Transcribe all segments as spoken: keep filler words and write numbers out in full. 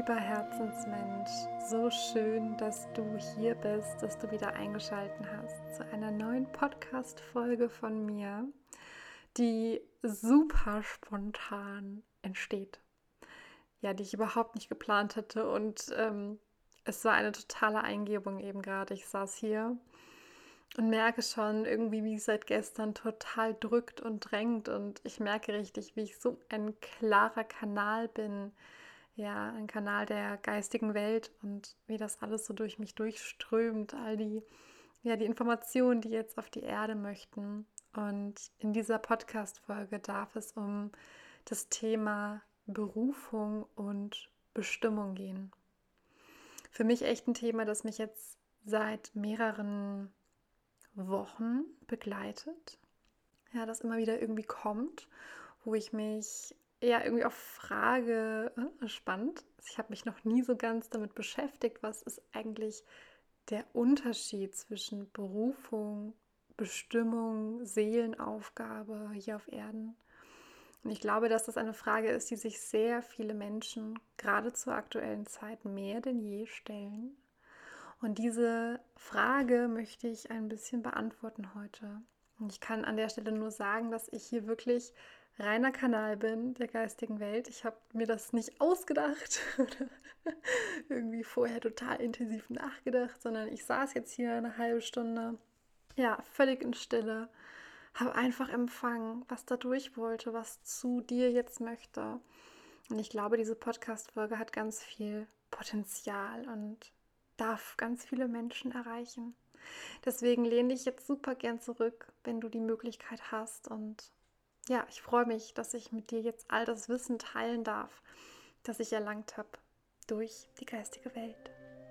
lieber Herzensmensch, so schön, dass du hier bist, dass du wieder eingeschaltet hast zu einer neuen Podcast-Folge von mir, die super spontan entsteht. Ja, die ich überhaupt nicht geplant hatte und ähm, es war eine totale Eingebung eben gerade. Ich saß hier und merke schon irgendwie, wie es seit gestern total drückt und drängt und ich merke richtig, wie ich so ein klarer Kanal bin. Ja, ein Kanal der geistigen Welt und wie das alles so durch mich durchströmt, all die, ja, die Informationen, die jetzt auf die Erde möchten. Und in dieser Podcast-Folge darf es um das Thema Berufung und Bestimmung gehen. Für mich echt ein Thema, das mich jetzt seit mehreren Wochen begleitet. Ja, das immer wieder irgendwie kommt, wo ich mich ja irgendwie auch frage, äh, spannend. Ich habe mich noch nie so ganz damit beschäftigt, was ist eigentlich der Unterschied zwischen Berufung, Bestimmung, Seelenaufgabe hier auf Erden. Und ich glaube, dass das eine Frage ist, die sich sehr viele Menschen gerade zur aktuellen Zeit mehr denn je stellen. Und diese Frage möchte ich ein bisschen beantworten heute. Und ich kann an der Stelle nur sagen, dass ich hier wirklich reiner Kanal bin der geistigen Welt. Ich habe mir das nicht ausgedacht oder irgendwie vorher total intensiv nachgedacht, sondern ich saß jetzt hier eine halbe Stunde, ja, völlig in Stille, habe einfach empfangen, was da durch wollte, was zu dir jetzt möchte. Und ich glaube, diese Podcast-Folge hat ganz viel Potenzial und darf ganz viele Menschen erreichen. Deswegen lehne ich jetzt super gern zurück, wenn du die Möglichkeit hast. Und ja, ich freue mich, dass ich mit dir jetzt all das Wissen teilen darf, das ich erlangt habe durch die geistige Welt.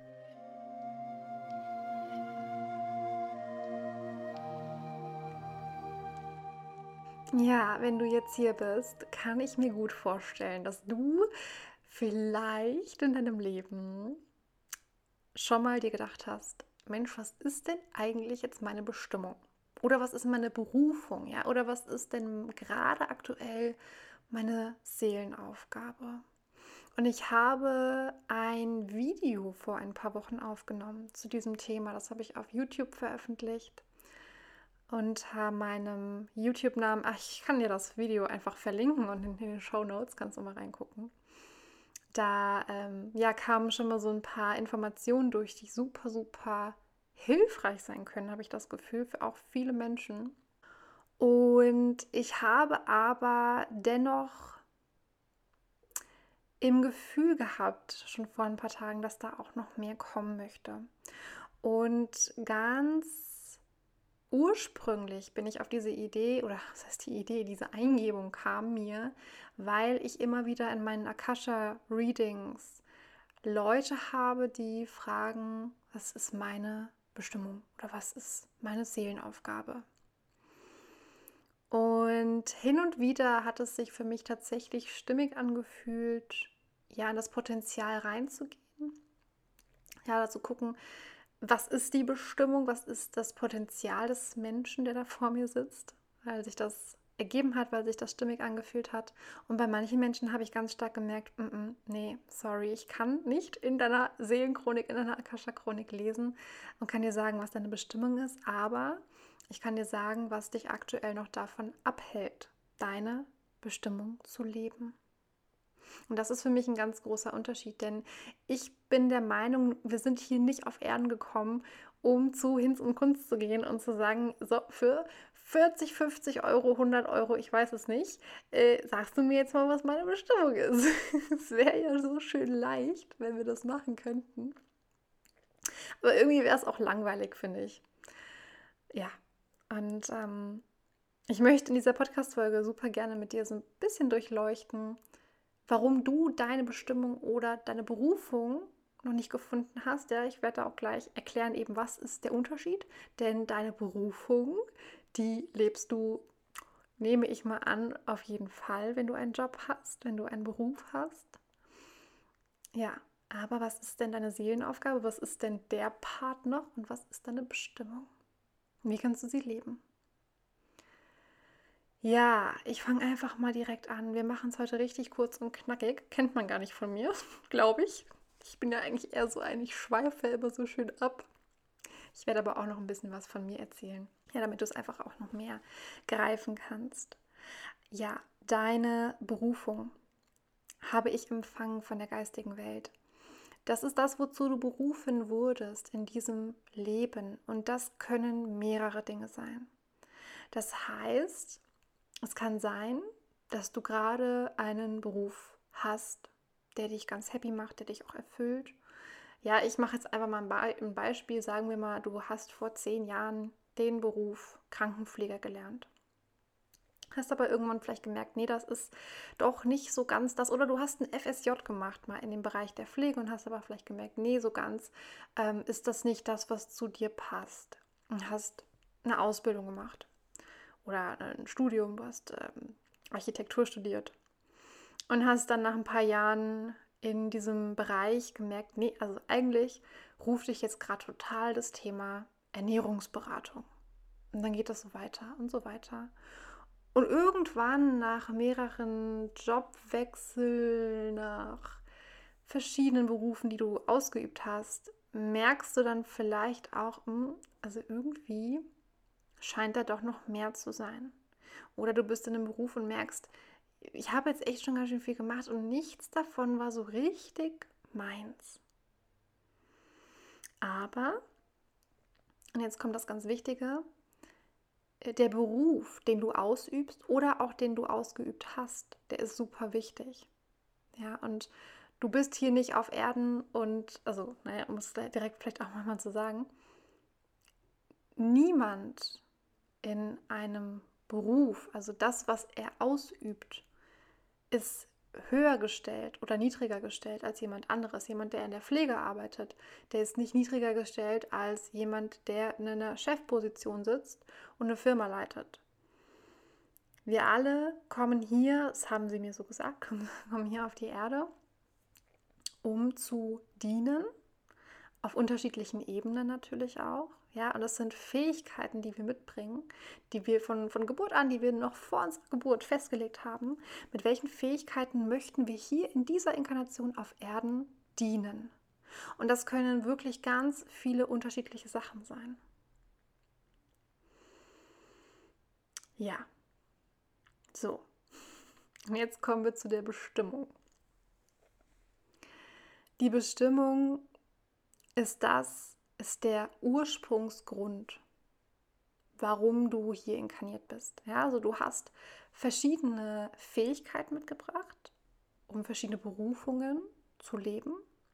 Ja, wenn du jetzt hier bist, kann ich mir gut vorstellen, dass du vielleicht in deinem Leben schon mal dir gedacht hast, Mensch, was ist denn eigentlich jetzt meine Bestimmung? Oder was ist meine Berufung? Ja? Oder was ist denn gerade aktuell meine Seelenaufgabe? Und ich habe ein Video vor ein paar Wochen aufgenommen zu diesem Thema. Das habe ich auf YouTube veröffentlicht. Unter meinem YouTube-Namen, ach, ich kann dir das Video einfach verlinken und in, in den Shownotes kannst du mal reingucken. Da ähm, ja, kamen schon mal so ein paar Informationen durch, die super, super hilfreich sein können, habe ich das Gefühl, für auch viele Menschen. Und ich habe aber dennoch im Gefühl gehabt, schon vor ein paar Tagen, dass da auch noch mehr kommen möchte. Und ganz ursprünglich bin ich auf diese Idee, oder was heißt die Idee, diese Eingebung kam mir, weil ich immer wieder in meinen Akasha-Readings Leute habe, die fragen, was ist meine Bestimmung oder was ist meine Seelenaufgabe? Und hin und wieder hat es sich für mich tatsächlich stimmig angefühlt, ja, in das Potenzial reinzugehen, ja, da zu gucken, was ist die Bestimmung, was ist das Potenzial des Menschen, der da vor mir sitzt, weil sich das ergeben hat, weil sich das stimmig angefühlt hat. Und bei manchen Menschen habe ich ganz stark gemerkt, mm -mm, nee, sorry, ich kann nicht in deiner Seelenchronik, in deiner Akasha-Chronik lesen und kann dir sagen, was deine Bestimmung ist, aber ich kann dir sagen, was dich aktuell noch davon abhält, deine Bestimmung zu leben. Und das ist für mich ein ganz großer Unterschied, denn ich bin der Meinung, wir sind hier nicht auf Erden gekommen, um zu Hinz und Kunst zu gehen und zu sagen, so für vierzig, fünfzig Euro, hundert Euro, ich weiß es nicht, äh, sagst du mir jetzt mal, was meine Bestimmung ist. Es wäre ja so schön leicht, wenn wir das machen könnten. Aber irgendwie wäre es auch langweilig, finde ich. Ja, und ähm, ich möchte in dieser Podcast-Folge super gerne mit dir so ein bisschen durchleuchten, warum du deine Bestimmung oder deine Berufung noch nicht gefunden hast. Ja, ich werde da auch gleich erklären, eben was ist der Unterschied. Denn deine Berufung, die lebst du, nehme ich mal an, auf jeden Fall, wenn du einen Job hast, wenn du einen Beruf hast. Ja, aber was ist denn deine Seelenaufgabe? Was ist denn der Part noch? Und was ist deine Bestimmung? Wie kannst du sie leben? Ja, ich fange einfach mal direkt an. Wir machen es heute richtig kurz und knackig. Kennt man gar nicht von mir, glaube ich. Ich bin ja eigentlich eher so ein, ich schweife immer so schön ab. Ich werde aber auch noch ein bisschen was von mir erzählen. Ja, damit du es einfach auch noch mehr greifen kannst. Ja, deine Berufung habe ich empfangen von der geistigen Welt. Das ist das, wozu du berufen wurdest in diesem Leben. Und das können mehrere Dinge sein. Das heißt, es kann sein, dass du gerade einen Beruf hast, der dich ganz happy macht, der dich auch erfüllt. Ja, ich mache jetzt einfach mal ein, Be ein Beispiel. Sagen wir mal, du hast vor zehn Jahren den Beruf Krankenpfleger gelernt. Hast aber irgendwann vielleicht gemerkt, nee, das ist doch nicht so ganz das. Oder du hast ein F S J gemacht, mal in dem Bereich der Pflege und hast aber vielleicht gemerkt, nee, so ganz ähm, ist das nicht das, was zu dir passt. Und hast eine Ausbildung gemacht oder ein Studium, du hast ähm, Architektur studiert und hast dann nach ein paar Jahren in diesem Bereich gemerkt, nee, also eigentlich ruft dich jetzt gerade total das Thema Ernährungsberatung. Und dann geht das so weiter und so weiter. Und irgendwann nach mehreren Jobwechseln, nach verschiedenen Berufen, die du ausgeübt hast, merkst du dann vielleicht auch, also irgendwie scheint da doch noch mehr zu sein. Oder du bist in einem Beruf und merkst, ich habe jetzt echt schon ganz schön viel gemacht und nichts davon war so richtig meins. Aber, und jetzt kommt das ganz Wichtige, der Beruf, den du ausübst oder auch den du ausgeübt hast, der ist super wichtig. Ja, und du bist hier nicht auf Erden und, also, naja, um es direkt vielleicht auch mal zu sagen, niemand in einem Beruf, also das, was er ausübt, ist höher gestellt oder niedriger gestellt als jemand anderes. Jemand, der in der Pflege arbeitet, der ist nicht niedriger gestellt als jemand, der in einer Chefposition sitzt und eine Firma leitet. Wir alle kommen hier, das haben sie mir so gesagt, kommen hier auf die Erde, um zu dienen, auf unterschiedlichen Ebenen natürlich auch. Ja, und das sind Fähigkeiten, die wir mitbringen, die wir von, von Geburt an, die wir noch vor unserer Geburt festgelegt haben. Mit welchen Fähigkeiten möchten wir hier in dieser Inkarnation auf Erden dienen? Und das können wirklich ganz viele unterschiedliche Sachen sein. Ja, so. Und jetzt kommen wir zu der Bestimmung. Die Bestimmung ist das, ist der Ursprungsgrund, warum du hier inkarniert bist. Ja, also du hast verschiedene Fähigkeiten mitgebracht, um verschiedene Berufungen zu leben.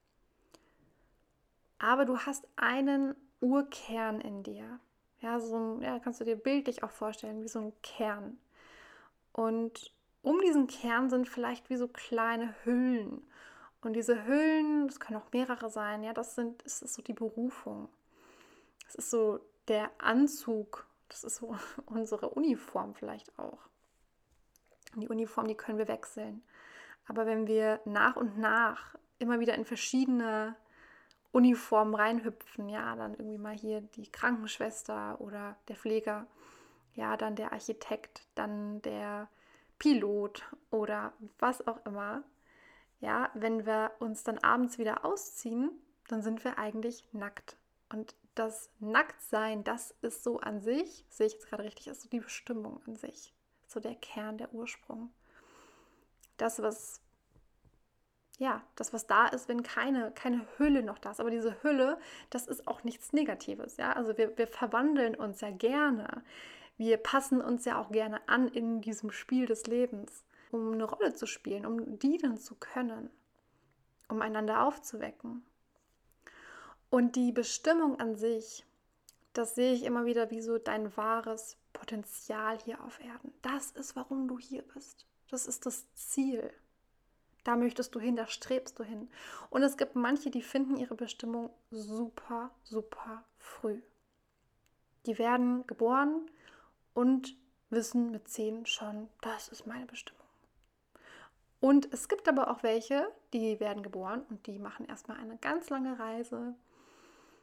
Aber du hast einen Urkern in dir. Ja, so ein, ja, kannst du dir bildlich auch vorstellen, wie so ein Kern. Und um diesen Kern sind vielleicht wie so kleine Hüllen. Und diese Hüllen, das können auch mehrere sein, ja, das sind, das ist so die Berufung. Das ist so der Anzug, das ist so unsere Uniform vielleicht auch. Die Uniform, die können wir wechseln. Aber wenn wir nach und nach immer wieder in verschiedene Uniformen reinhüpfen, ja, dann irgendwie mal hier die Krankenschwester oder der Pfleger, ja, dann der Architekt, dann der Pilot oder was auch immer. Ja, wenn wir uns dann abends wieder ausziehen, dann sind wir eigentlich nackt. Und das Nacktsein, das ist so an sich, sehe ich jetzt gerade richtig, ist so die Bestimmung an sich. So der Kern, der Ursprung. Das, was, ja, das, was da ist, wenn keine, keine Hülle noch da ist. Aber diese Hülle, das ist auch nichts Negatives. Ja? Also wir, wir verwandeln uns ja gerne. Wir passen uns ja auch gerne an in diesem Spiel des Lebens, um eine Rolle zu spielen, um dienen zu können, um einander aufzuwecken. Und die Bestimmung an sich, das sehe ich immer wieder wie so dein wahres Potenzial hier auf Erden. Das ist, warum du hier bist. Das ist das Ziel. Da möchtest du hin, da strebst du hin. Und es gibt manche, die finden ihre Bestimmung super, super früh. Die werden geboren und wissen mit zehn schon, das ist meine Bestimmung. Und es gibt aber auch welche, die werden geboren und die machen erstmal eine ganz lange Reise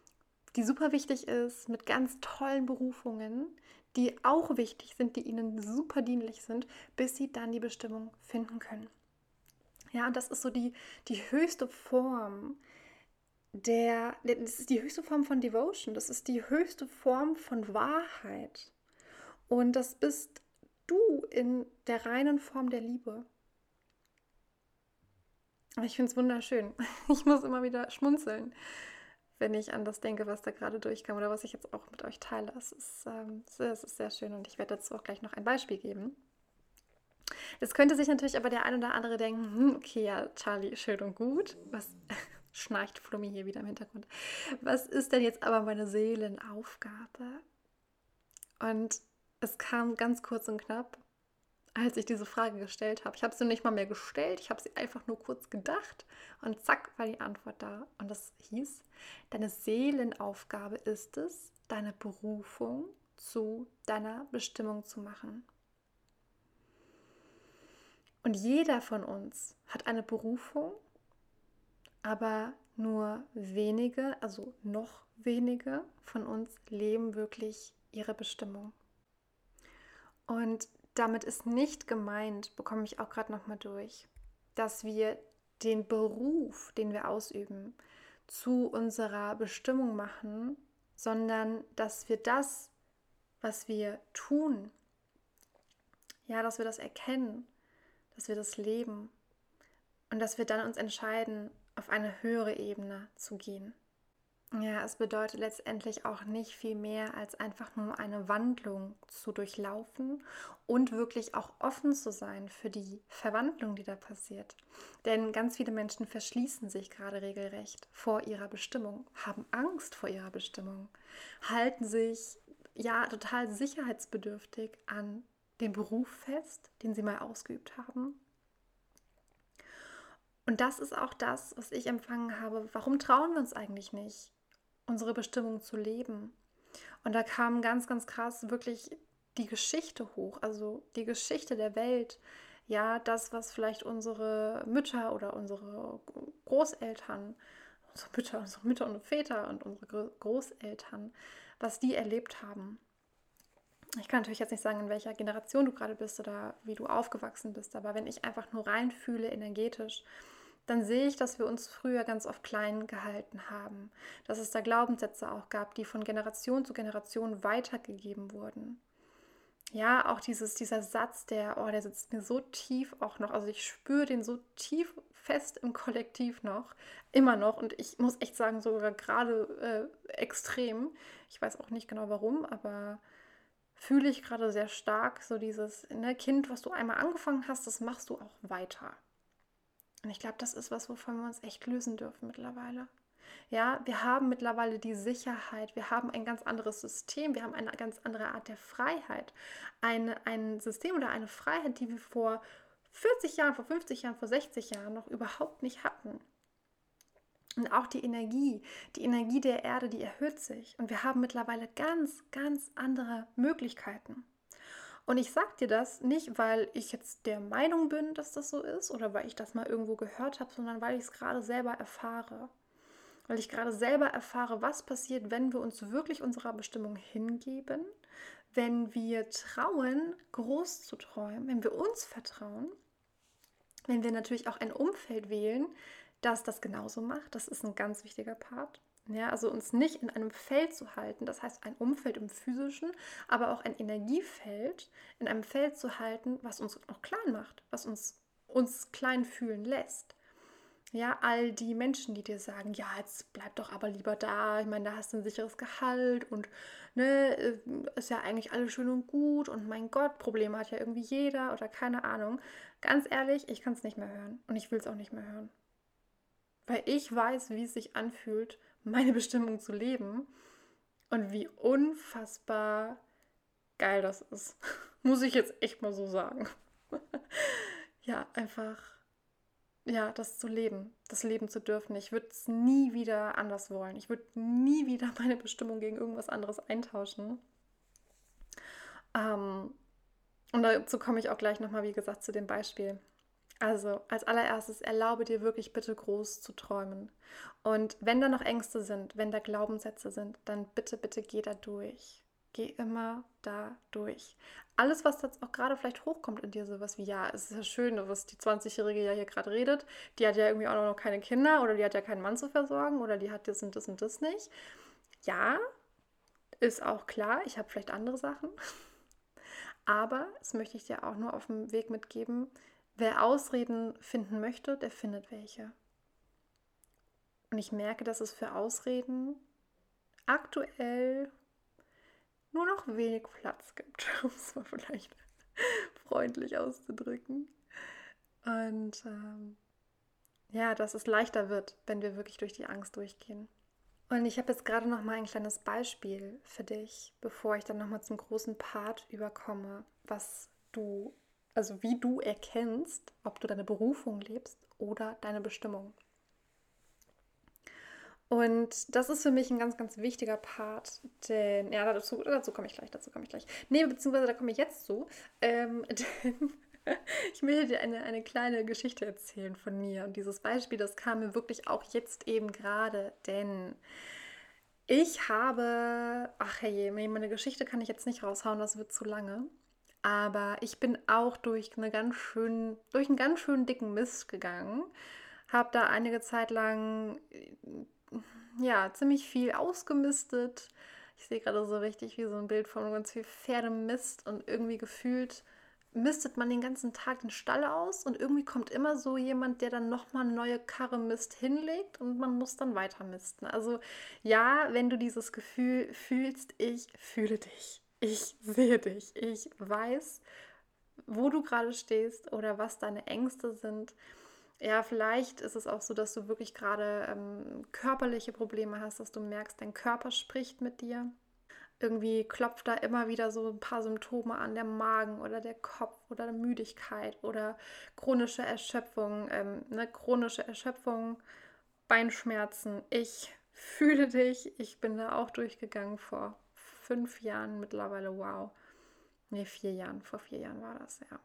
die super wichtig ist, mit ganz tollen Berufungen, die auch wichtig sind, die ihnen super dienlich sind, bis sie dann die Bestimmung finden können. Ja, und das ist so die, die höchste Form der, das ist die höchste Form von Devotion, das ist die höchste Form von Wahrheit. Und das bist du in der reinen Form der Liebe. Ich finde es wunderschön. Ich muss immer wieder schmunzeln, wenn ich an das denke, was da gerade durchkam oder was ich jetzt auch mit euch teile. Es ist, ähm, es ist sehr schön und ich werde dazu auch gleich noch ein Beispiel geben. Jetzt könnte sich natürlich aber der ein oder andere denken, hm, okay, ja, Charlie, schön und gut. Was schnarcht Flummi hier wieder im Hintergrund? Was ist denn jetzt aber meine Seelenaufgabe? Und es kam ganz kurz und knapp, als ich diese Frage gestellt habe. Ich habe sie nicht mal mehr gestellt, ich habe sie einfach nur kurz gedacht und zack war die Antwort da. Und das hieß, deine Seelenaufgabe ist es, deine Berufung zu deiner Bestimmung zu machen. Und jeder von uns hat eine Berufung, aber nur wenige, also noch wenige von uns leben wirklich ihre Bestimmung. Und damit ist nicht gemeint, bekomme ich auch gerade nochmal durch, dass wir den Beruf, den wir ausüben, zu unserer Bestimmung machen, sondern dass wir das, was wir tun, ja, dass wir das erkennen, dass wir das leben und dass wir dann uns entscheiden, auf eine höhere Ebene zu gehen. Ja, es bedeutet letztendlich auch nicht viel mehr, als einfach nur eine Wandlung zu durchlaufen und wirklich auch offen zu sein für die Verwandlung, die da passiert. Denn ganz viele Menschen verschließen sich gerade regelrecht vor ihrer Bestimmung, haben Angst vor ihrer Bestimmung, halten sich ja total sicherheitsbedürftig an den Beruf fest, den sie mal ausgeübt haben. Und das ist auch das, was ich empfangen habe. Warum trauen wir uns eigentlich nicht, unsere Bestimmung zu leben? Und da kam ganz, ganz krass wirklich die Geschichte hoch, also die Geschichte der Welt. Ja, das, was vielleicht unsere Mütter oder unsere Großeltern, unsere Mütter, unsere Mütter und Väter und unsere Großeltern, was die erlebt haben. Ich kann natürlich jetzt nicht sagen, in welcher Generation du gerade bist oder wie du aufgewachsen bist, aber wenn ich einfach nur reinfühle energetisch, dann sehe ich, dass wir uns früher ganz oft klein gehalten haben. Dass es da Glaubenssätze auch gab, die von Generation zu Generation weitergegeben wurden. Ja, auch dieses, dieser Satz, der, oh, der sitzt mir so tief auch noch. Also ich spüre den so tief fest im Kollektiv noch, immer noch. Und ich muss echt sagen, sogar gerade äh, extrem. Ich weiß auch nicht genau warum, aber fühle ich gerade sehr stark so dieses, ne, Kind, was du einmal angefangen hast, das machst du auch weiter. Und ich glaube, das ist was, wovon wir uns echt lösen dürfen mittlerweile. Ja, wir haben mittlerweile die Sicherheit, wir haben ein ganz anderes System, wir haben eine ganz andere Art der Freiheit. Eine, ein System oder eine Freiheit, die wir vor vierzig Jahren, vor fünfzig Jahren, vor sechzig Jahren noch überhaupt nicht hatten. Und auch die Energie, die Energie der Erde, die erhöht sich. Und wir haben mittlerweile ganz, ganz andere Möglichkeiten. Und ich sage dir das nicht, weil ich jetzt der Meinung bin, dass das so ist oder weil ich das mal irgendwo gehört habe, sondern weil ich es gerade selber erfahre. Weil ich gerade selber erfahre, was passiert, wenn wir uns wirklich unserer Bestimmung hingeben, wenn wir trauen, groß zu träumen, wenn wir uns vertrauen, wenn wir natürlich auch ein Umfeld wählen, das das genauso macht. Das ist ein ganz wichtiger Part. Ja, also uns nicht in einem Feld zu halten, das heißt ein Umfeld im physischen, aber auch ein Energiefeld in einem Feld zu halten, was uns noch klein macht, was uns, uns klein fühlen lässt. Ja, all die Menschen, die dir sagen, ja, jetzt bleib doch aber lieber da, ich meine, da hast du ein sicheres Gehalt und ne, ist ja eigentlich alles schön und gut und mein Gott, Probleme hat ja irgendwie jeder oder keine Ahnung. Ganz ehrlich, ich kann es nicht mehr hören und ich will es auch nicht mehr hören. Weil ich weiß, wie es sich anfühlt, meine Bestimmung zu leben und wie unfassbar geil das ist. Muss ich jetzt echt mal so sagen. Ja, einfach, ja, das zu leben, das leben zu dürfen. Ich würde es nie wieder anders wollen. Ich würde nie wieder meine Bestimmung gegen irgendwas anderes eintauschen. Ähm, und dazu komme ich auch gleich nochmal, wie gesagt, zu dem Beispiel. Also, als allererstes erlaube dir wirklich bitte groß zu träumen. Und wenn da noch Ängste sind, wenn da Glaubenssätze sind, dann bitte, bitte geh da durch. Geh immer da durch. Alles, was jetzt auch gerade vielleicht hochkommt in dir, sowas wie, ja, es ist ja schön, was die zwanzigjährige ja hier gerade redet, die hat ja irgendwie auch noch keine Kinder oder die hat ja keinen Mann zu versorgen oder die hat das und das und das nicht. Ja, ist auch klar, ich habe vielleicht andere Sachen. Aber, das möchte ich dir auch nur auf dem Weg mitgeben, wer Ausreden finden möchte, der findet welche. Und ich merke, dass es für Ausreden aktuell nur noch wenig Platz gibt, um es mal vielleicht freundlich auszudrücken. Und ähm, ja, dass es leichter wird, wenn wir wirklich durch die Angst durchgehen. Und ich habe jetzt gerade noch mal ein kleines Beispiel für dich, bevor ich dann noch mal zum großen Part überkomme, was du, also wie du erkennst, ob du deine Berufung lebst oder deine Bestimmung. Und das ist für mich ein ganz, ganz wichtiger Part, denn, ja, dazu, dazu komme ich gleich, dazu komme ich gleich. Nee, beziehungsweise da komme ich jetzt zu, ähm, denn ich möchte dir eine, eine kleine Geschichte erzählen von mir. Und dieses Beispiel, das kam mir wirklich auch jetzt eben gerade, denn ich habe, ach herrje, meine Geschichte kann ich jetzt nicht raushauen, das wird zu lange. Aber ich bin auch durch eine ganz schön, durch einen ganz schön dicken Mist gegangen. Habe da einige Zeit lang ja ziemlich viel ausgemistet. Ich sehe gerade so richtig wie so ein Bild von ganz viel Pferdemist und irgendwie gefühlt mistet man den ganzen Tag den Stall aus und irgendwie kommt immer so jemand, der dann nochmal eine neue Karre Mist hinlegt und man muss dann weiter misten. Also ja, wenn du dieses Gefühl fühlst, ich fühle dich. Ich sehe dich. Ich weiß, wo du gerade stehst oder was deine Ängste sind. Ja, vielleicht ist es auch so, dass du wirklich gerade ähm, körperliche Probleme hast, dass du merkst, dein Körper spricht mit dir. Irgendwie klopft da immer wieder so ein paar Symptome an, der Magen oder der Kopf oder der Müdigkeit oder chronische Erschöpfung, ähm, ne, chronische Erschöpfung, Beinschmerzen. Ich fühle dich, ich bin da auch durchgegangen vor fünf Jahren mittlerweile, wow. Nee, vier Jahren, vor vier Jahren war das, ja.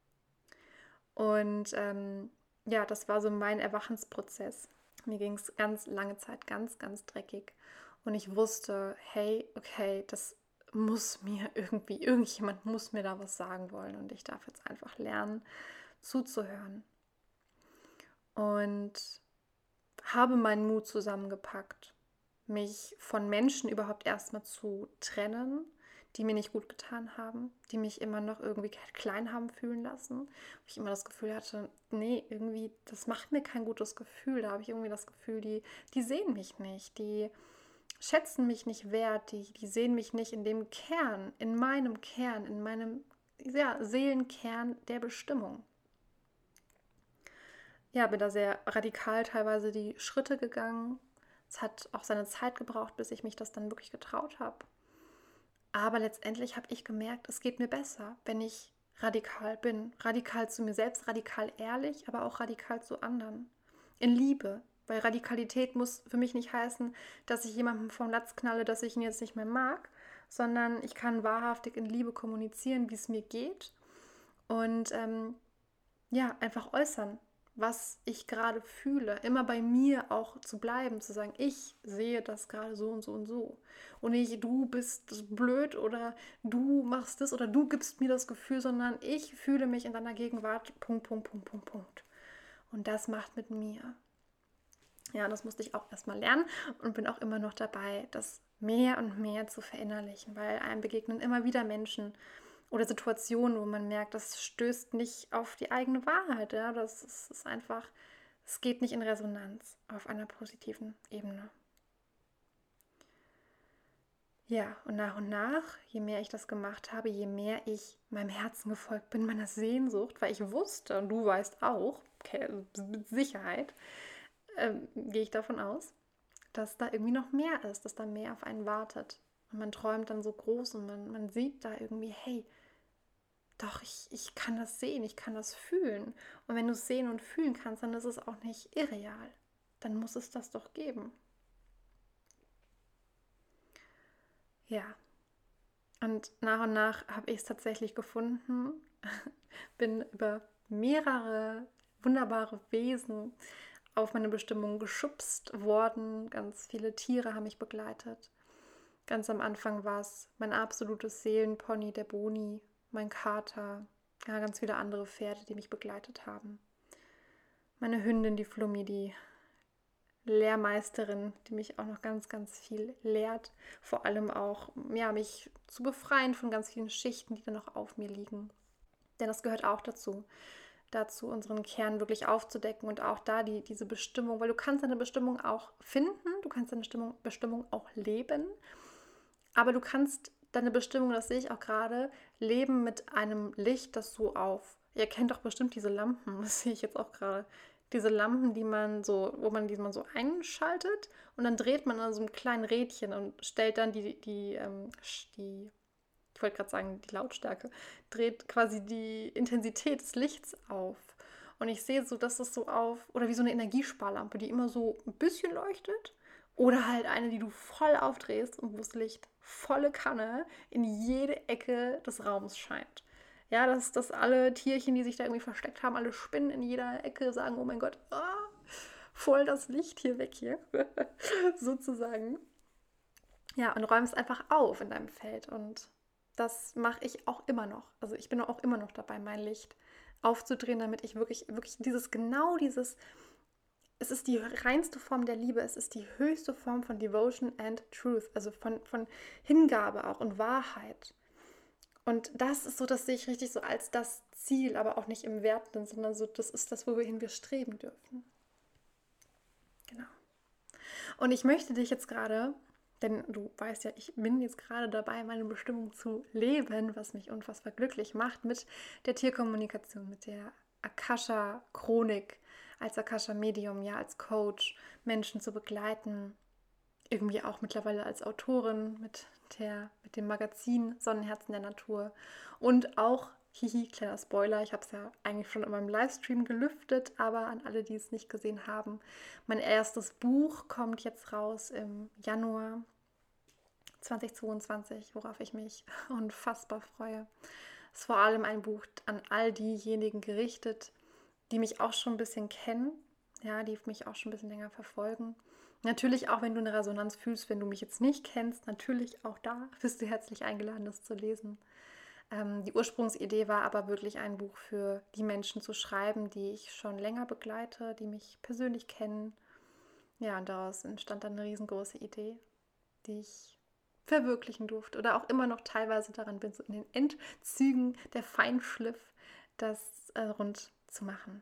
Und ähm, ja, das war so mein Erwachensprozess. Mir ging es ganz lange Zeit ganz, ganz dreckig. Und ich wusste, hey, okay, das muss mir irgendwie, irgendjemand muss mir da was sagen wollen. Und ich darf jetzt einfach lernen, zuzuhören. Und habe meinen Mut zusammengepackt, mich von Menschen überhaupt erstmal zu trennen, die mir nicht gut getan haben, die mich immer noch irgendwie klein haben fühlen lassen. Wo ich immer das Gefühl hatte, nee, irgendwie, das macht mir kein gutes Gefühl. Da habe ich irgendwie das Gefühl, die, die sehen mich nicht, die schätzen mich nicht wert, die, die sehen mich nicht in dem Kern, in meinem Kern, in meinem ja, Seelenkern der Bestimmung. Ja, bin da sehr radikal teilweise die Schritte gegangen. Es hat auch seine Zeit gebraucht, bis ich mich das dann wirklich getraut habe. Aber letztendlich habe ich gemerkt, es geht mir besser, wenn ich radikal bin. Radikal zu mir selbst, radikal ehrlich, aber auch radikal zu anderen. In Liebe. Weil Radikalität muss für mich nicht heißen, dass ich jemandem vom Latz knalle, dass ich ihn jetzt nicht mehr mag, sondern ich kann wahrhaftig in Liebe kommunizieren, wie es mir geht. Und ähm, ja, einfach äußern, was ich gerade fühle. Immer bei mir auch zu bleiben, zu sagen, ich sehe das gerade so und so und so. Und nicht, du bist blöd oder du machst das oder du gibst mir das Gefühl, sondern ich fühle mich in deiner Gegenwart, Punkt, Punkt, Punkt, Punkt, Punkt. Und das macht mit mir. Ja, das musste ich auch erstmal lernen und bin auch immer noch dabei, das mehr und mehr zu verinnerlichen, weil einem begegnen immer wieder Menschen oder Situationen, wo man merkt, das stößt nicht auf die eigene Wahrheit. Ja? Das ist, ist einfach, es geht nicht in Resonanz auf einer positiven Ebene. Ja, und nach und nach, je mehr ich das gemacht habe, je mehr ich meinem Herzen gefolgt bin, meiner Sehnsucht, weil ich wusste, und du weißt auch, okay, mit Sicherheit, ähm, gehe ich davon aus, dass da irgendwie noch mehr ist, dass da mehr auf einen wartet. Und man träumt dann so groß und man, man sieht da irgendwie, hey, doch, ich, ich kann das sehen, ich kann das fühlen. Und wenn du es sehen und fühlen kannst, dann ist es auch nicht irreal. Dann muss es das doch geben. Ja. Und nach und nach habe ich es tatsächlich gefunden. Bin über mehrere wunderbare Wesen auf meine Bestimmung geschubst worden. Ganz viele Tiere haben mich begleitet. Ganz am Anfang war es mein absolutes Seelenpony, der Boni, mein Kater, ja, ganz viele andere Pferde, die mich begleitet haben. Meine Hündin, die Flummi, die Lehrmeisterin, die mich auch noch ganz, ganz viel lehrt. Vor allem auch, ja, mich zu befreien von ganz vielen Schichten, die dann noch auf mir liegen. Denn das gehört auch dazu, dazu unseren Kern wirklich aufzudecken und auch da die, diese Bestimmung, weil du kannst deine Bestimmung auch finden, du kannst deine Bestimmung, Bestimmung auch leben, aber du kannst deine Bestimmung, das sehe ich auch gerade, leben mit einem Licht, das so auf. Ihr kennt doch bestimmt diese Lampen, das sehe ich jetzt auch gerade. Diese Lampen, die man so, wo man die man so einschaltet und dann dreht man an so einem kleinen Rädchen und stellt dann die, die, ähm, die, ich wollte gerade sagen, die Lautstärke, dreht quasi die Intensität des Lichts auf. Und ich sehe so, dass es so auf, oder wie so eine Energiesparlampe, die immer so ein bisschen leuchtet. Oder halt eine, die du voll aufdrehst und wo das Licht volle Kanne in jede Ecke des Raums scheint. Ja, dass, dass alle Tierchen, die sich da irgendwie versteckt haben, alle Spinnen in jeder Ecke sagen, oh mein Gott, ah, voll das Licht hier weg hier, sozusagen. Ja, und räumst einfach auf in deinem Feld und das mache ich auch immer noch. Also ich bin auch immer noch dabei, mein Licht aufzudrehen, damit ich wirklich, wirklich dieses, genau dieses, es ist die reinste Form der Liebe, es ist die höchste Form von Devotion and Truth, also von, von Hingabe auch und Wahrheit. Und das ist so, das sehe ich richtig so als das Ziel, aber auch nicht im Wertenden, sondern so, das ist das, wohin wir streben dürfen. Genau. Und ich möchte dich jetzt gerade, denn du weißt ja, ich bin jetzt gerade dabei, meine Bestimmung zu leben, was mich unfassbar glücklich macht mit der Tierkommunikation, mit der Akasha-Chronik, als Akasha-Medium, ja, als Coach, Menschen zu begleiten, irgendwie auch mittlerweile als Autorin mit, der, mit dem Magazin Sonnenherzen der Natur und auch, hihi, kleiner Spoiler, ich habe es ja eigentlich schon in meinem Livestream gelüftet, aber an alle, die es nicht gesehen haben, mein erstes Buch kommt jetzt raus im Januar zweitausendzweiundzwanzig, worauf ich mich unfassbar freue. Es ist vor allem ein Buch an all diejenigen gerichtet, die mich auch schon ein bisschen kennen, ja, die mich auch schon ein bisschen länger verfolgen. Natürlich auch, wenn du eine Resonanz fühlst, wenn du mich jetzt nicht kennst, natürlich auch da bist du herzlich eingeladen, das zu lesen. Ähm, die Ursprungsidee war aber wirklich ein Buch für die Menschen zu schreiben, die ich schon länger begleite, die mich persönlich kennen. Ja, und daraus entstand dann eine riesengroße Idee, die ich verwirklichen durfte oder auch immer noch teilweise daran bin, so in den Endzügen der Feinschliff, das äh, rund zu machen.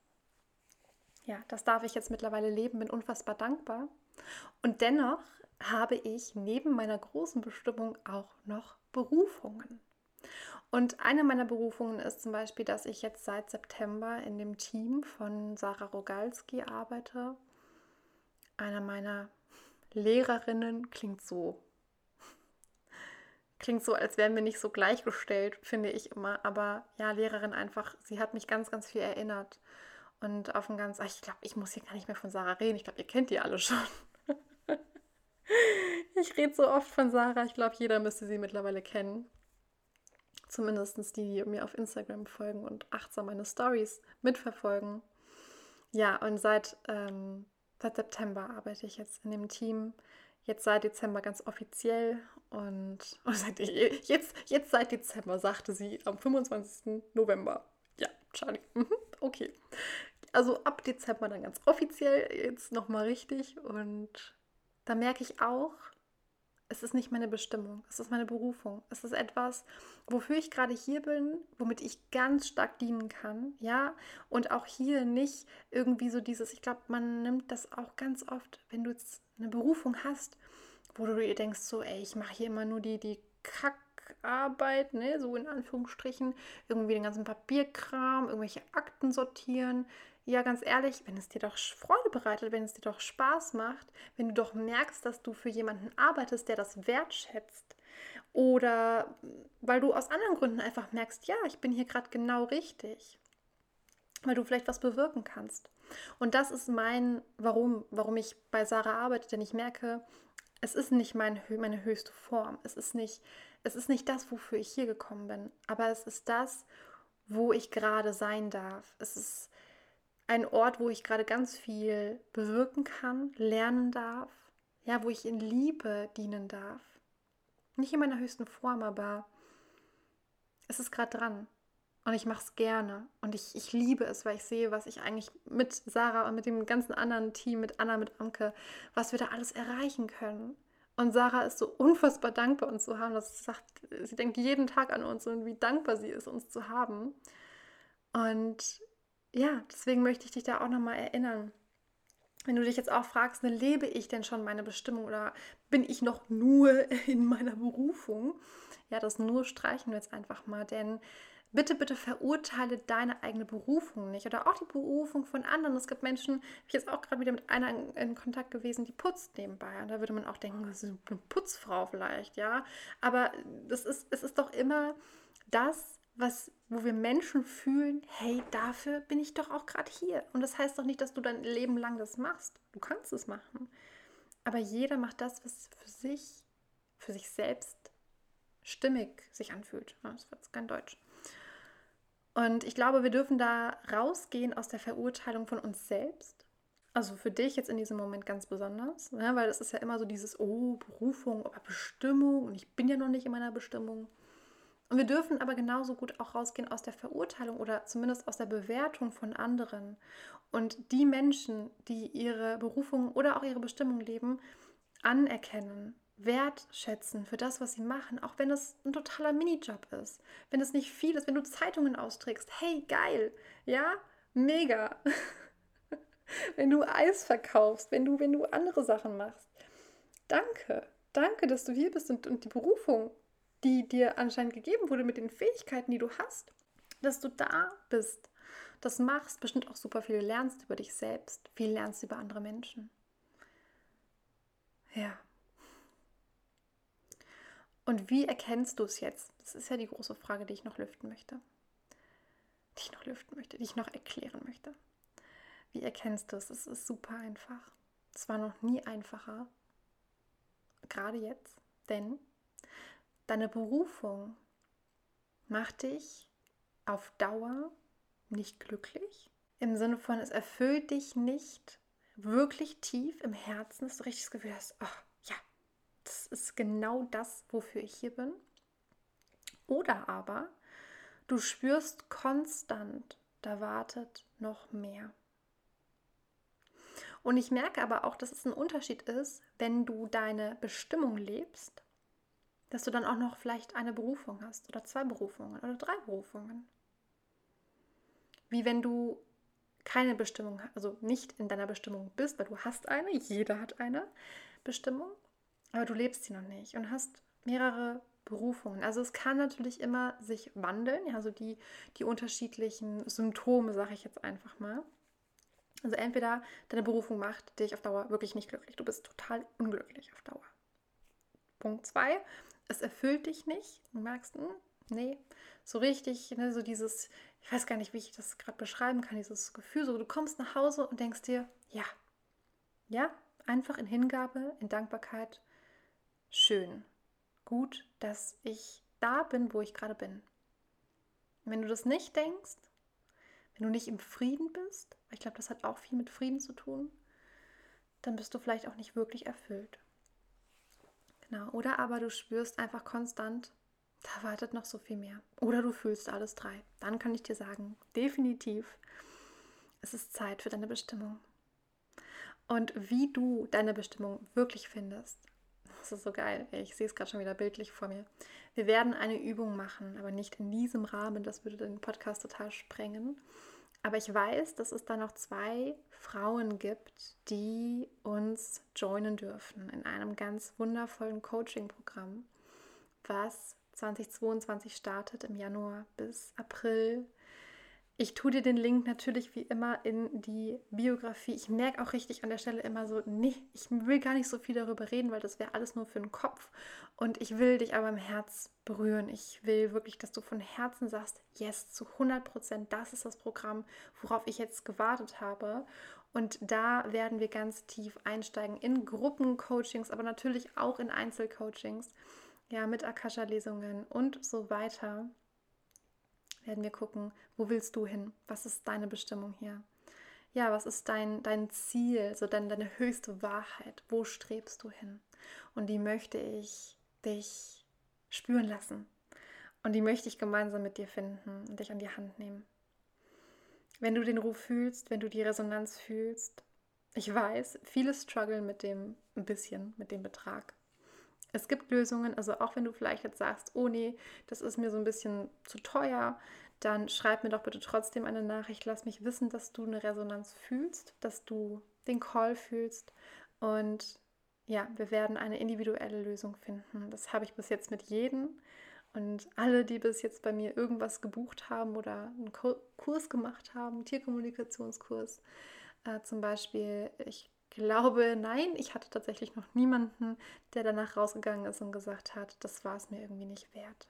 Ja, das darf ich jetzt mittlerweile leben, bin unfassbar dankbar. Und dennoch habe ich neben meiner großen Bestimmung auch noch Berufungen. Und eine meiner Berufungen ist zum Beispiel, dass ich jetzt seit September in dem Team von Sarah Rogalski arbeite. Einer meiner Lehrerinnen klingt so, klingt so, als wären wir nicht so gleichgestellt, finde ich immer. Aber ja, Lehrerin einfach, sie hat mich ganz, ganz viel erinnert. Und auf ein ganz, ach, ich glaube, ich muss hier gar nicht mehr von Sarah reden. Ich glaube, ihr kennt die alle schon. Ich rede so oft von Sarah. Ich glaube, jeder müsste sie mittlerweile kennen. Zumindest die, die mir auf Instagram folgen und achtsam meine Stories mitverfolgen. Ja, und seit, ähm, seit September arbeite ich jetzt in dem Team. Jetzt seit Dezember ganz offiziell. Und oh, seit, jetzt, jetzt seit Dezember, sagte sie am fünfundzwanzigsten November. Ja, Charlie. Mhm, okay. Also ab Dezember dann ganz offiziell, jetzt nochmal richtig. Und da merke ich auch, es ist nicht meine Bestimmung, es ist meine Berufung. Es ist etwas, wofür ich gerade hier bin, womit ich ganz stark dienen kann, ja. Und auch hier nicht irgendwie so dieses, ich glaube, man nimmt das auch ganz oft, wenn du jetzt eine Berufung hast, wo du dir denkst, so, ey, ich mache hier immer nur die, die Kackarbeit, ne, so in Anführungsstrichen, irgendwie den ganzen Papierkram, irgendwelche Akten sortieren. Ja, ganz ehrlich, wenn es dir doch Freude bereitet, wenn es dir doch Spaß macht, wenn du doch merkst, dass du für jemanden arbeitest, der das wertschätzt oder weil du aus anderen Gründen einfach merkst, ja, ich bin hier gerade genau richtig, weil du vielleicht was bewirken kannst. Und das ist mein, warum, warum ich bei Sarah arbeite, denn ich merke, es ist nicht mein, meine höchste Form, es ist nicht, es ist nicht das, wofür ich hier gekommen bin, aber es ist das, wo ich gerade sein darf. Es ist ein Ort, wo ich gerade ganz viel bewirken kann, lernen darf, ja, wo ich in Liebe dienen darf. Nicht in meiner höchsten Form, aber es ist gerade dran. Und ich mache es gerne. Und ich, ich liebe es, weil ich sehe, was ich eigentlich mit Sarah und mit dem ganzen anderen Team, mit Anna, mit Anke, was wir da alles erreichen können. Und Sarah ist so unfassbar dankbar, uns zu haben, dass sie sagt, sie denkt jeden Tag an uns und wie dankbar sie ist, uns zu haben. Und ja, deswegen möchte ich dich da auch nochmal erinnern. Wenn du dich jetzt auch fragst, ne, lebe ich denn schon meine Bestimmung oder bin ich noch nur in meiner Berufung? Ja, das nur streichen wir jetzt einfach mal, denn bitte, bitte verurteile deine eigene Berufung nicht oder auch die Berufung von anderen. Es gibt Menschen, ich bin jetzt auch gerade wieder mit einer in, in Kontakt gewesen, die putzt nebenbei. Und da würde man auch denken, das ist eine Putzfrau vielleicht, ja. Aber das ist, es ist doch immer das, was, wo wir Menschen fühlen, hey, dafür bin ich doch auch gerade hier. Und das heißt doch nicht, dass du dein Leben lang das machst. Du kannst es machen. Aber jeder macht das, was für sich, für sich selbst stimmig sich anfühlt. Das wird kein Deutsch. Und ich glaube, wir dürfen da rausgehen aus der Verurteilung von uns selbst. Also für dich jetzt in diesem Moment ganz besonders, ne? Weil das ist ja immer so dieses, oh, Berufung, aber Bestimmung und ich bin ja noch nicht in meiner Bestimmung. Und wir dürfen aber genauso gut auch rausgehen aus der Verurteilung oder zumindest aus der Bewertung von anderen. Und die Menschen, die ihre Berufung oder auch ihre Bestimmung leben, anerkennen, wertschätzen für das, was sie machen, auch wenn es ein totaler Minijob ist, wenn es nicht viel ist, wenn du Zeitungen austrägst, hey, geil, ja, mega. Wenn du Eis verkaufst, wenn du, wenn du andere Sachen machst. Danke, danke, dass du hier bist und, und die Berufung, die dir anscheinend gegeben wurde mit den Fähigkeiten, die du hast, dass du da bist, das machst, bestimmt auch super viel lernst über dich selbst, viel lernst über andere Menschen. Ja. Und wie erkennst du es jetzt? Das ist ja die große Frage, die ich noch lüften möchte. Die ich noch lüften möchte, die ich noch erklären möchte. Wie erkennst du es? Es ist super einfach. Es war noch nie einfacher. Gerade jetzt. Denn deine Berufung macht dich auf Dauer nicht glücklich. Im Sinne von, es erfüllt dich nicht wirklich tief im Herzen, dass du richtig das Gefühl hast, ach ja, das ist genau das, wofür ich hier bin. Oder aber du spürst konstant, da wartet noch mehr. Und ich merke aber auch, dass es ein Unterschied ist, wenn du deine Bestimmung lebst, dass du dann auch noch vielleicht eine Berufung hast oder zwei Berufungen oder drei Berufungen. Wie wenn du keine Bestimmung, also nicht in deiner Bestimmung bist, weil du hast eine, jeder hat eine Bestimmung, aber du lebst sie noch nicht und hast mehrere Berufungen. Also es kann natürlich immer sich wandeln, ja, also die, die unterschiedlichen Symptome, sage ich jetzt einfach mal. Also entweder deine Berufung macht dich auf Dauer wirklich nicht glücklich, du bist total unglücklich auf Dauer. Punkt zwei, es erfüllt dich nicht, du merkst, hm, nee, so richtig, ne, so dieses, ich weiß gar nicht, wie ich das gerade beschreiben kann, dieses Gefühl, so du kommst nach Hause und denkst dir, ja, ja, einfach in Hingabe, in Dankbarkeit, schön, gut, dass ich da bin, wo ich gerade bin. Und wenn du das nicht denkst, wenn du nicht im Frieden bist, ich glaube, das hat auch viel mit Frieden zu tun, dann bist du vielleicht auch nicht wirklich erfüllt. Genau, oder aber du spürst einfach konstant, da wartet noch so viel mehr. Oder du fühlst alles drei. Dann kann ich dir sagen, definitiv, es ist Zeit für deine Bestimmung. Und wie du deine Bestimmung wirklich findest, das ist so geil. Ich sehe es gerade schon wieder bildlich vor mir. Wir werden eine Übung machen, aber nicht in diesem Rahmen. Das würde den Podcast total sprengen. Aber ich weiß, dass es da noch zwei Frauen gibt, die uns joinen dürfen in einem ganz wundervollen Coaching-Programm, was zweitausendzweiundzwanzig startet im Januar bis April. Ich tue dir den Link natürlich wie immer in die Biografie. Ich merke auch richtig an der Stelle immer so, nee, ich will gar nicht so viel darüber reden, weil das wäre alles nur für den Kopf. Und ich will dich aber im Herz berühren. Ich will wirklich, dass du von Herzen sagst, yes, zu hundert Prozent, das ist das Programm, worauf ich jetzt gewartet habe. Und da werden wir ganz tief einsteigen in Gruppencoachings, aber natürlich auch in Einzelcoachings, ja, mit Akasha-Lesungen und so weiter. werden wir gucken, wo willst du hin? Was ist deine Bestimmung hier? Ja, was ist dein, dein Ziel, so dein, deine höchste Wahrheit? Wo strebst du hin? Und die möchte ich dich spüren lassen. Und die möchte ich gemeinsam mit dir finden und dich an die Hand nehmen. Wenn du den Ruf fühlst, wenn du die Resonanz fühlst, ich weiß, viele strugglen mit dem, ein bisschen mit dem Betrag. Es gibt Lösungen, also auch wenn du vielleicht jetzt sagst, oh nee, das ist mir so ein bisschen zu teuer, dann schreib mir doch bitte trotzdem eine Nachricht. Lass mich wissen, dass du eine Resonanz fühlst, dass du den Call fühlst. Und ja, wir werden eine individuelle Lösung finden. Das habe ich bis jetzt mit jedem. Und alle, die bis jetzt bei mir irgendwas gebucht haben oder einen Kurs gemacht haben, Tierkommunikationskurs äh, zum Beispiel, ich glaube, nein, ich hatte tatsächlich noch niemanden, der danach rausgegangen ist und gesagt hat, das war es mir irgendwie nicht wert.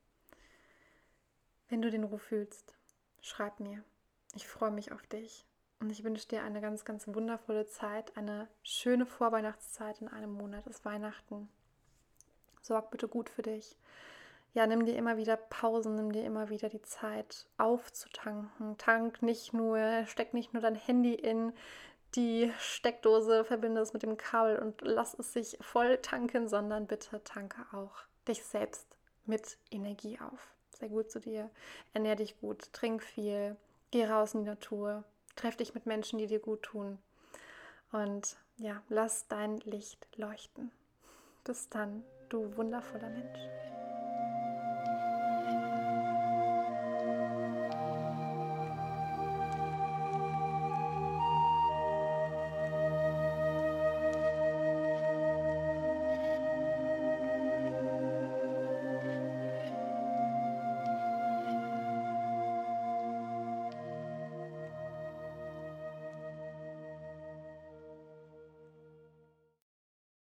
Wenn du den Ruf fühlst, schreib mir. Ich freue mich auf dich und ich wünsche dir eine ganz, ganz wundervolle Zeit, eine schöne Vorweihnachtszeit in einem Monat ist Weihnachten. Sorg bitte gut für dich. Ja, nimm dir immer wieder Pausen, nimm dir immer wieder die Zeit aufzutanken. Tank nicht nur, steck nicht nur dein Handy in die Steckdose, verbinde es mit dem Kabel und lass es sich voll tanken, sondern bitte tanke auch dich selbst mit Energie auf. Sei gut zu dir, ernähr dich gut, trink viel, geh raus in die Natur, treff dich mit Menschen, die dir gut tun und ja, lass dein Licht leuchten. Bis dann, du wundervoller Mensch.